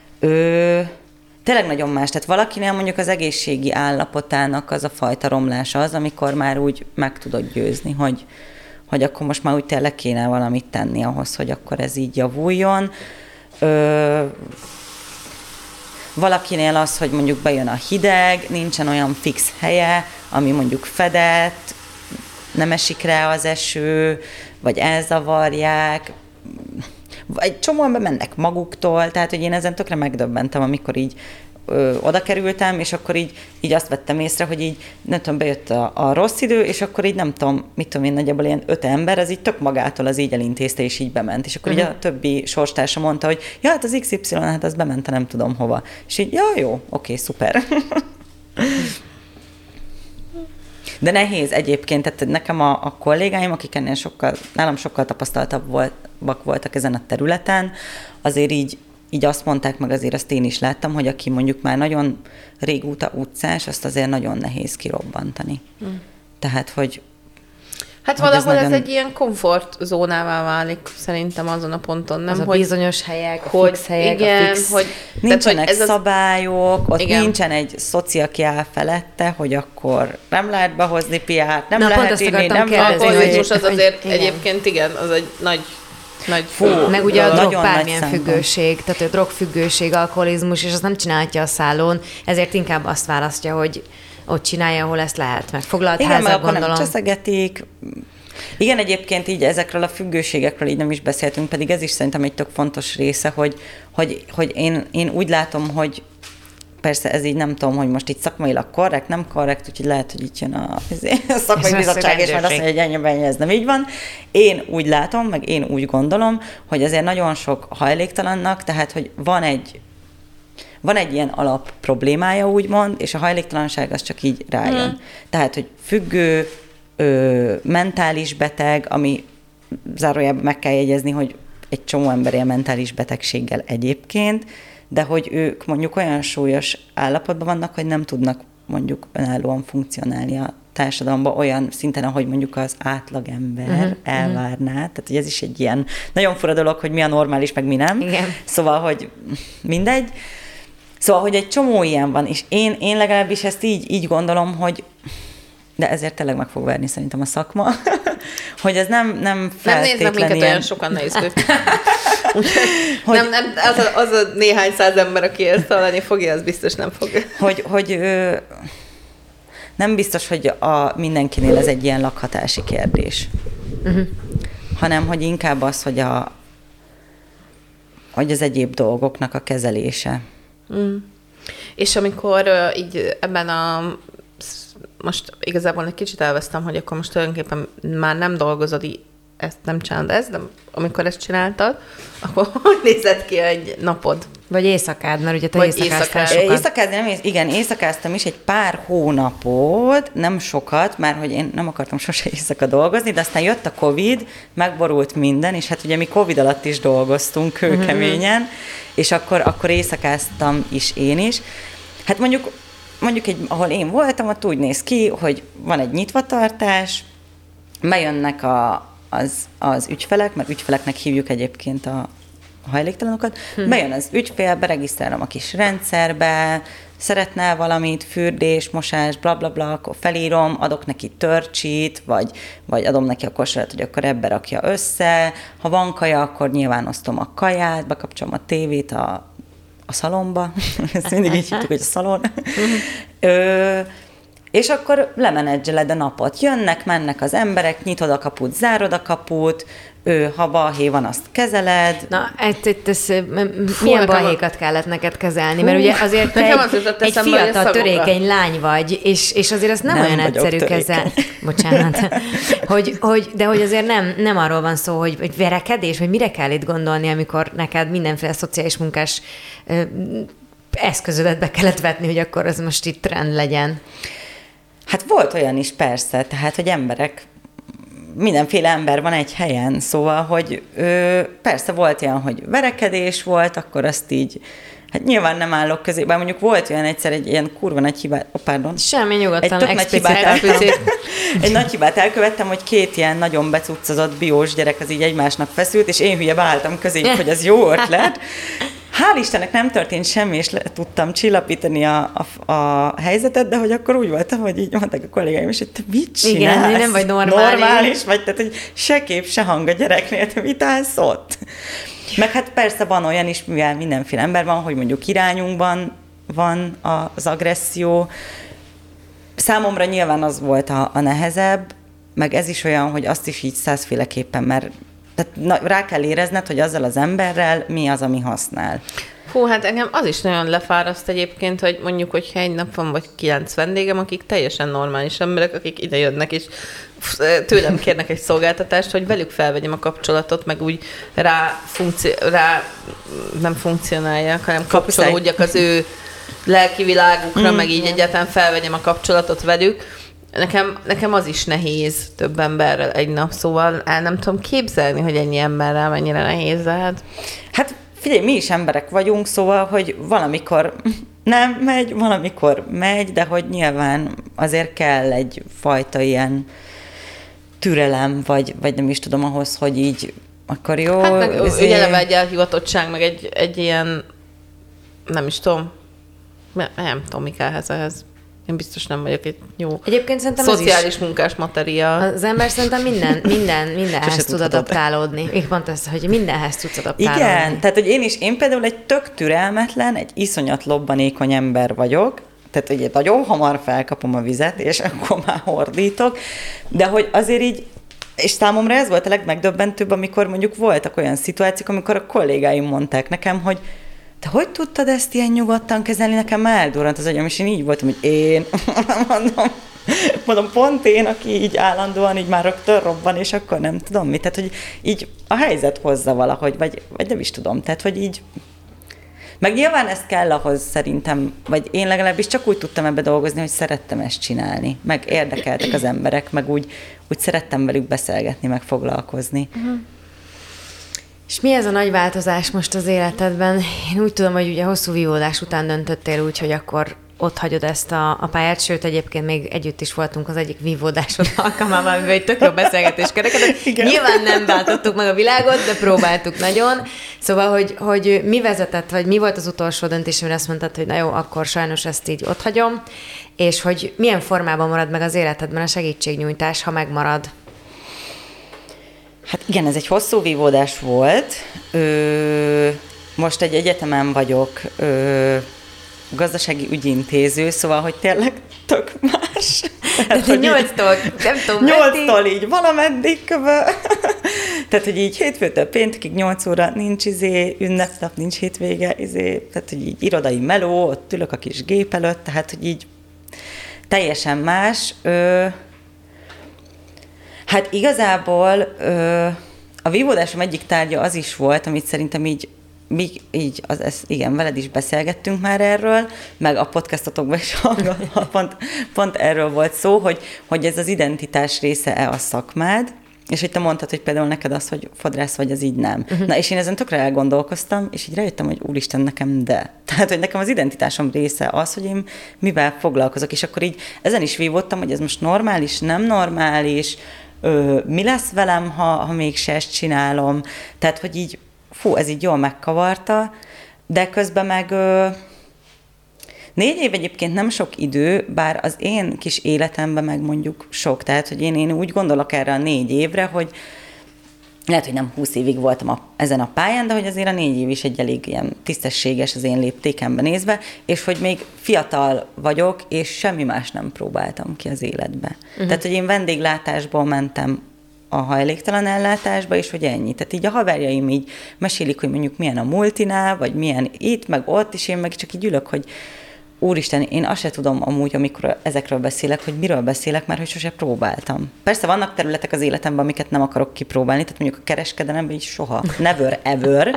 Tényleg nagyon más. Tehát valakinél mondjuk az egészségi állapotának az a fajta romlása az, amikor már úgy meg tudod győzni, hogy akkor most már úgy tényleg kéne valamit tenni ahhoz, hogy akkor ez így javuljon. Valakinél az, hogy mondjuk bejön a hideg, nincsen olyan fix helye, ami mondjuk fedett, nem esik rá az eső, vagy elzavarják, egy csomóan bemennek maguktól, tehát hogy én ezen tökre megdöbbentem, amikor így oda kerültem, és akkor így azt vettem észre, hogy így, nem tudom, bejött a rossz idő, és akkor így nem tudom, mit tudom én, nagyjából ilyen 5 ember, az így tök magától az így elintézte, és így bement. És akkor így a többi sorstársa mondta, hogy ja, hát az XY, hát az bemente nem tudom hova. És így, ja, jó, oké, szuper. De nehéz egyébként, tehát nekem a kollégáim, akik ennél nálam sokkal tapasztaltabbak voltak ezen a területen, azért így azt mondták, meg azért azt én is láttam, hogy aki mondjuk már nagyon régóta utcás, azt azért nagyon nehéz kirobbantani. Tehát, hogy... Hát valahol ez egy ilyen komfortzónává válik szerintem azon a ponton, nem? Az hogy, a bizonyos helyek, a fix helyek, igen, a fix... Hogy, nincsenek tehát, hogy szabályok, ott igen. Nincsen egy szoci, aki áll felette, hogy akkor nem lehet behozni piát, nem lehet inni, nem lehet... Alkoholizmus az azért igen. Egyébként igen, az egy nagy meg ugye a drog bármilyen függőség, tehát a drogfüggőség, alkoholizmus, és azt nem csinálhatja a szállón, ezért inkább azt választja, hogy ott csinálja, ahol ezt lehet, meg foglalt házak, gondolom. Nem cseszegetik. Igen, egyébként így ezekről a függőségekről így nem is beszéltünk, pedig ez is szerintem egy tök fontos része, hogy én úgy látom, hogy persze ez így nem tudom, hogy most itt szakmailag korrekt, nem korrekt, úgyhogy lehet, hogy itt jön a szakmai bizottság, és majd azt mondja, hogy ennyiben ez nem így van. Én úgy látom, meg én úgy gondolom, hogy azért nagyon sok hajléktalannak, tehát, hogy van egy ilyen alap problémája, úgymond, és a hajléktalanság az csak így rájön. Tehát, hogy függő, mentális beteg, ami zárójában meg kell jegyezni, hogy egy csomó ember él mentális betegséggel egyébként, de hogy ők mondjuk olyan súlyos állapotban vannak, hogy nem tudnak mondjuk önállóan funkcionálni a társadalomban olyan szinten, ahogy mondjuk az átlagember elvárná. Tehát, hogy ez is egy ilyen nagyon fura dolog, hogy mi a normális, meg mi nem. Igen. Szóval, hogy mindegy. Szóval, hogy egy csomó ilyen van, és én legalábbis ezt így gondolom, hogy de ezért tényleg meg fog verni szerintem a szakma, hogy ez nem feltétlenül... Nem néznek minket olyan sokan, ne izgődj. Nem, az a néhány száz ember, aki ezt hallani fogja, az biztos nem fog. Hogy nem biztos, hogy mindenkinél ez egy ilyen lakhatási kérdés. Hanem, hogy inkább az, hogy az egyéb dolgoknak a kezelése. És amikor így ebben most igazából egy kicsit elvesztem, hogy akkor most tulajdonképpen már nem dolgozod, ezt nem csinálod ezt, de amikor ezt csináltad, akkor hogy nézett ki egy napod? Vagy éjszakád, mert ugye te éjszakáztál sokat. Éjszakázni, igen, éjszakáztam is egy pár hónapot, nem sokat, mert hogy én nem akartam sose éjszaka dolgozni, de aztán jött a Covid, megborult minden, és hát ugye mi Covid alatt is dolgoztunk kőkeményen, és akkor éjszakáztam is én is. Hát mondjuk ahol én voltam, ott úgy néz ki, hogy van egy nyitvatartás, bejönnek az ügyfelek, mert ügyfeleknek hívjuk egyébként a hajléktalanokat, bejön az ügyfél, beregisztrálom a kis rendszerbe, szeretne valamit, fürdés, mosás, blablabla, akkor felírom, adok neki törcsit, vagy adom neki a kosarat, hogy akkor ebbe rakja össze. Ha van kaja, akkor nyilván osztom a kaját, bekapcsolom a tévét a szalomba, ezt mindig így hívtuk, hogy a szalon. És akkor lemenedzseled a napot. Jönnek, mennek az emberek, nyitod a kaput, zárod a kaput, ha balhé van, azt kezeled. Na, milyen balhékat kellett neked kezelni? Mert ugye azért te egy fiatal, törékeny lány vagy, és azért azt nem olyan egyszerű kezelni. Bocsánat. De hogy azért nem arról van szó, hogy verekedés, vagy mire kell itt gondolni, amikor neked mindenféle szociális munkás eszközödet be kellett vetni, hogy akkor az most itt trend legyen. Hát volt olyan is persze, tehát, hogy mindenféle ember van egy helyen, szóval, hogy persze volt olyan, hogy verekedés volt, akkor azt így, hát nyilván nem állok közé, bár mondjuk volt olyan egyszer egy ilyen kurva nagy hibát, Semmi nyugodtan, egy nagy hibát elkövettem, hogy két ilyen nagyon becuccozott biós gyerek az így egymásnak feszült, és én hülye beálltam közé, hogy az jó ötlet. Hál' Istennek nem történt semmi, és tudtam csillapítani a helyzetet, de hogy akkor úgy voltam, hogy így mondták a kollégáim is, hogy te mit csinálsz? Igen, nem vagy normális. Vagy, tehát, hogy se kép, se hang a gyereknél, te mit állsz ott? Meg hát persze van olyan is, mivel mindenféle ember van, hogy mondjuk irányunkban van az agresszió. Számomra nyilván az volt a nehezebb, meg ez is olyan, hogy azt is így százféleképpen, mert tehát rá kell érezned, hogy azzal az emberrel mi az, ami használ. Hú, hát engem az is nagyon lefáraszt egyébként, hogy mondjuk, hogyha egy nap van vagy 9 vendégem, akik teljesen normális emberek, akik ide jönnek, és tőlem kérnek egy szolgáltatást, hogy velük felvegyem a kapcsolatot, meg úgy rá nem funkcionáljak, hanem kapcsolódjak az ő lelki világukra, meg így egyáltalán felvegyem a kapcsolatot velük. Nekem az is nehéz több emberrel egy nap, szóval el nem tudom képzelni, hogy ennyi emberrel mennyire nehéz lehet. Hát figyelj, mi is emberek vagyunk, szóval, hogy valamikor nem megy, valamikor megy, de hogy nyilván azért kell egyfajta ilyen türelem, vagy nem is tudom ahhoz, hogy így akkor jó. Hát meg ugye eleve egy elhivatottság, meg egy ilyen, nem is tudom, nem tudom, mi kell ehhez. Én biztos nem vagyok egy jó szociális munkás materia. Az ember szerintem mindenhez tud adaptálódni. Én mondtam azt, hogy mindenhez tudsz adaptálódni. Igen, tehát hogy én például egy tök türelmetlen, egy iszonyat lobbanékony ember vagyok, tehát hogy nagyon hamar felkapom a vizet, és akkor már hordítok, de hogy azért így, és számomra ez volt a legmegdöbbentőbb, amikor mondjuk voltak olyan szituációk, amikor a kollégáim mondták nekem, hogy te hogy tudtad ezt ilyen nyugodtan kezelni? Nekem már eldurrant az agyam, és én így voltam, hogy én, mondom, pont én, aki így állandóan így már rögtön robban, és akkor nem tudom mit. Tehát, hogy így a helyzet hozza valahogy, vagy nem is tudom. Tehát, hogy így... Meg nyilván ezt kell ahhoz szerintem, vagy én legalábbis csak úgy tudtam ebbe dolgozni, hogy szerettem ezt csinálni. Meg érdekeltek az emberek, meg úgy szerettem velük beszélgetni, meg foglalkozni. Uh-huh. És mi ez a nagy változás most az életedben? Én úgy tudom, hogy ugye hosszú vívódás után döntöttél úgy, hogy akkor ott hagyod ezt a pályát, sőt, egyébként még együtt is voltunk az egyik vívódásod alkalmával, amivel egy tök jó beszélgetés kerekedett. Nyilván nem váltottuk meg a világot, de próbáltuk nagyon. Szóval, hogy mi vezetett, vagy mi volt az utolsó döntés, amire azt mondtad, hogy na jó, akkor sajnos ezt így otthagyom, és hogy milyen formában marad meg az életedben a segítségnyújtás, ha megmarad? Hát igen, ez egy hosszú vívódás volt. Most egy egyetemen vagyok, gazdasági ügyintéző, szóval, hogy tényleg tök más. Tehát, hogy 8-tól, nem tudom, 8-tól így valameddig Tehát, hogy így hétfőtől péntekig 8 óra nincs ünnepnap, nincs hétvége, tehát, hogy így irodai meló, ott ülök a kis gép előtt, tehát, hogy így teljesen más. Hát igazából a vívódásom egyik tárgya az is volt, amit szerintem igen, veled is beszélgettünk már erről, meg a podcastotokban is pont erről volt szó, hogy ez az identitás része-e a szakmád, és hogy te mondtad, hogy például neked az, hogy fodrász vagy, az így nem. Na, és én ezen tökre elgondolkoztam, és így rájöttem, hogy úristen, nekem de. Tehát, hogy nekem az identitásom része az, hogy én mivel foglalkozok, és akkor így ezen is vívottam, hogy ez most normális, nem normális, mi lesz velem, ha mégse ezt csinálom. Tehát, hogy így ez így jól megkavarta, de közben meg 4 év egyébként nem sok idő, bár az én kis életemben meg mondjuk sok. Tehát, hogy én úgy gondolok erre a 4 évre, hogy lehet, hogy nem 20 évig voltam ezen a pályán, de hogy azért a 4 év is egy elég ilyen tisztességes az én léptékemben nézve, és hogy még fiatal vagyok, és semmi más nem próbáltam ki az életbe. Tehát, hogy én vendéglátásból mentem a hajléktalan ellátásba, és hogy ennyi. Tehát így a haverjaim így mesélik, hogy mondjuk milyen a multinál, vagy milyen itt, meg ott, és én meg csak így ülök, hogy úristen, én azt se tudom amúgy, amikor ezekről beszélek, hogy miről beszélek, mert hogy sose próbáltam. Persze vannak területek az életemben, amiket nem akarok kipróbálni, tehát mondjuk a kereskedelemben így soha, never ever.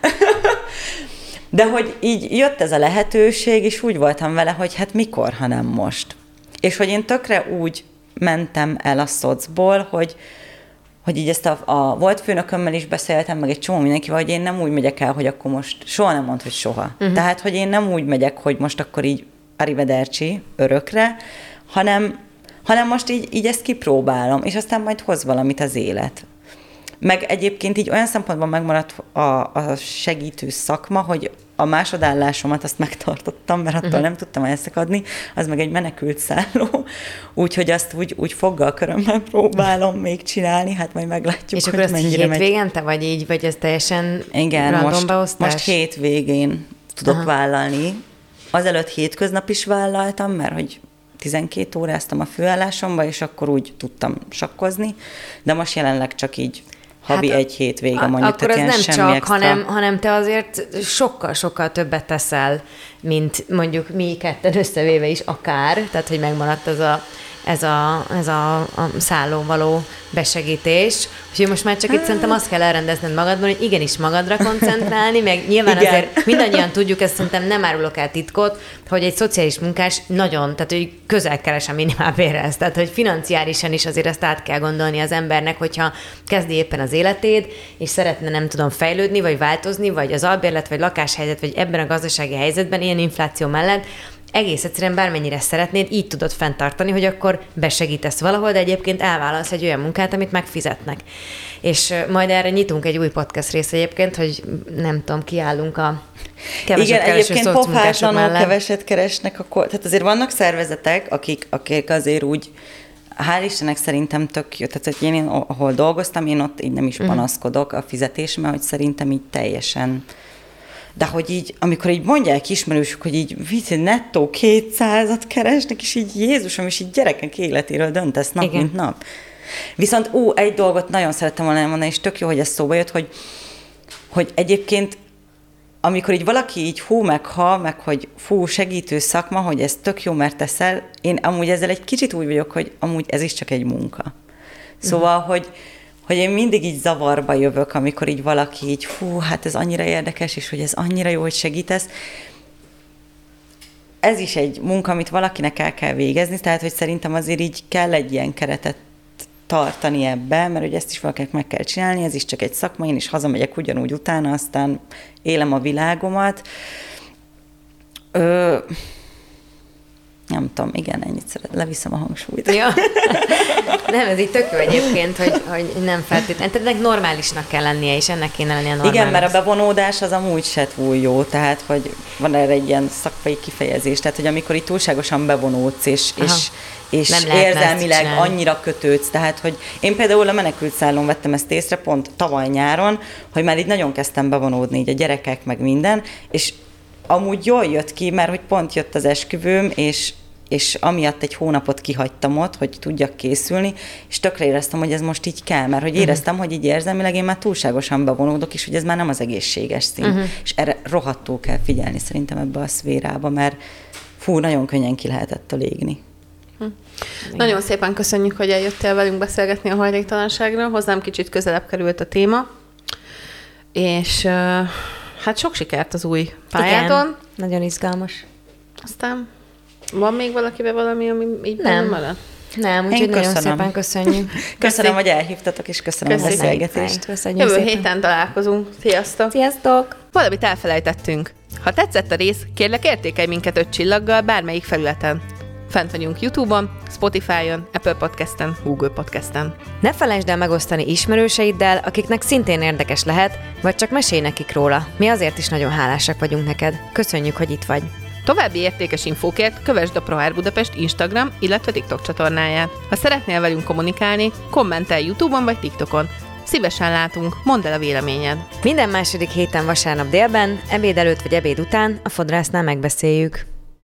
De hogy így jött ez a lehetőség, és úgy voltam vele, hogy hát mikor, ha nem most. És hogy én tökre úgy mentem el a szocból, hogy így ezt a volt főnökömmel is beszéltem, meg egy csomó mindenkivel, hogy én nem úgy megyek el, hogy akkor most soha nem mond, hogy soha. Tehát, hogy én nem úgy megyek, hogy most akkor így arrivederci örökre, hanem most így ezt kipróbálom, és aztán majd hoz valamit az élet. Meg egyébként így olyan szempontból megmaradt a segítő szakma, hogy a másodállásomat azt megtartottam, mert attól nem tudtam elszakadni, az meg egy menekült szálló, úgyhogy azt úgy foggal körömmel próbálom még csinálni, hát majd meglátjuk, és hogy mennyire megy. És akkor ezt vagy így, vagy ez teljesen random beosztás? Most hétvégén tudok vállalni. Azelőtt hétköznap is vállaltam, mert hogy 12 óráztam a főállásomba, és akkor úgy tudtam sakkozni, de most jelenleg csak így havi egy hétvége mondjuk. Akkor ez nem csak, hanem te azért sokkal-sokkal többet teszel, mint mondjuk mi ketten összevéve is akár, tehát hogy megmaradt ez a szállón való besegítés. Úgyhogy most már csak itt szerintem azt kell elrendezned magadban, hogy igenis magadra koncentrálni, meg nyilván azért mindannyian tudjuk, ezt szerintem nem árulok el titkot, hogy egy szociális munkás nagyon, tehát hogy közel keres a minimálbérhez, tehát hogy financiálisan is azért ezt át kell gondolni az embernek, hogyha kezdi éppen az életét, és szeretne nem tudom fejlődni, vagy változni, vagy az albérlet, vagy lakáshelyzet, vagy ebben a gazdasági helyzetben, ilyen infláció mellett, egész egyszerűen bármennyire szeretnéd, így tudod fenntartani, hogy akkor besegítesz valahol, de egyébként elválasz egy olyan munkát, amit megfizetnek. És majd erre nyitunk egy új podcast részt egyébként, hogy nem tudom, kiállunk a keveset kereső szocmunkások mellett. Keveset keresnek, tehát azért vannak szervezetek, akik azért úgy, hál' Istennek szerintem tök jó, tehát hogy én ahol dolgoztam, én ott így nem is panaszkodok a fizetésben, hogy szerintem így teljesen. De hogy így, amikor így mondják ismerősök, hogy így nettó 200-at keresnek, és így Jézusom, és így gyerekek életéről döntesz nap, mint nap. Viszont egy dolgot nagyon szerettem volna elmondani, és tök jó, hogy ez szóba jött, hogy egyébként amikor így valaki így meg hogy segítő szakma, hogy ez tök jó, mert teszel, én amúgy ezzel egy kicsit úgy vagyok, hogy amúgy ez is csak egy munka. Szóval, hogy én mindig így zavarba jövök, amikor így valaki így, hát ez annyira érdekes, és hogy ez annyira jó, hogy segítesz. Ez is egy munka, amit valakinek el kell végezni, tehát, hogy szerintem azért így kell egy ilyen keretet tartani ebbe, mert hogy ezt is valakinek meg kell csinálni, ez is csak egy szakma, én is hazamegyek ugyanúgy utána, aztán élem a világomat. Nem tudom, igen, ennyit leviszem a hangsúlyt. Ja. Nem, ez így tök jó egyébként, hogy nem feltétlenül. Tehát ennek normálisnak kell lennie, és ennek kéne lennie normális. Igen, mert a bevonódás az amúgy se túl jó, tehát, hogy van erre egy ilyen szakmai kifejezés, tehát, hogy amikor itt túlságosan bevonódsz, és érzelmileg annyira kötődsz, tehát, hogy én például a menekültszállón vettem ezt észre pont tavaly nyáron, hogy már így nagyon kezdtem bevonódni, így a gyerekek, meg minden, és amúgy jól jött ki, mert hogy pont jött az esküvőm, és amiatt egy hónapot kihagytam ott, hogy tudjak készülni, és tökre éreztem, hogy ez most így kell, mert hogy éreztem, hogy így érzelmileg én már túlságosan bevonódok, és hogy ez már nem az egészséges szint. És erre rohadtul kell figyelni szerintem ebbe a szférába, mert nagyon könnyen ki lehetett légni. Nagyon szépen köszönjük, hogy eljöttél velünk beszélgetni a hajléktalanságról. Hozzám kicsit közelebb került a téma, és hát sok sikert az új pályádon. Igen, nagyon izgalmas. Aztán van még valakivel valami, ami így nem maradt? Nem, úgyhogy nagyon szépen köszönjük. Köszönöm, hogy elhívtatok, és köszönöm a beszélgetést. Jövő héten találkozunk. Sziasztok! Sziasztok! Valamit elfelejtettünk. Ha tetszett a rész, kérlek értékelj minket 5 csillaggal bármelyik felületen. Fent vagyunk YouTube-on, Spotify-on, Apple Podcasten, Google Podcasten. Ne felejtsd el megosztani ismerőseiddel, akiknek szintén érdekes lehet, vagy csak mesélj nekik róla. Mi azért is nagyon hálásak vagyunk neked. Köszönjük, hogy itt vagy. További értékes infókért kövesd a ProAir Budapest Instagram, illetve TikTok csatornáját. Ha szeretnél velünk kommunikálni, kommentelj YouTube-on vagy TikTokon. Szívesen látunk, mondd el a véleményed. Minden második héten vasárnap délben, ebéd előtt vagy ebéd után a fodrásznál megbeszéljük.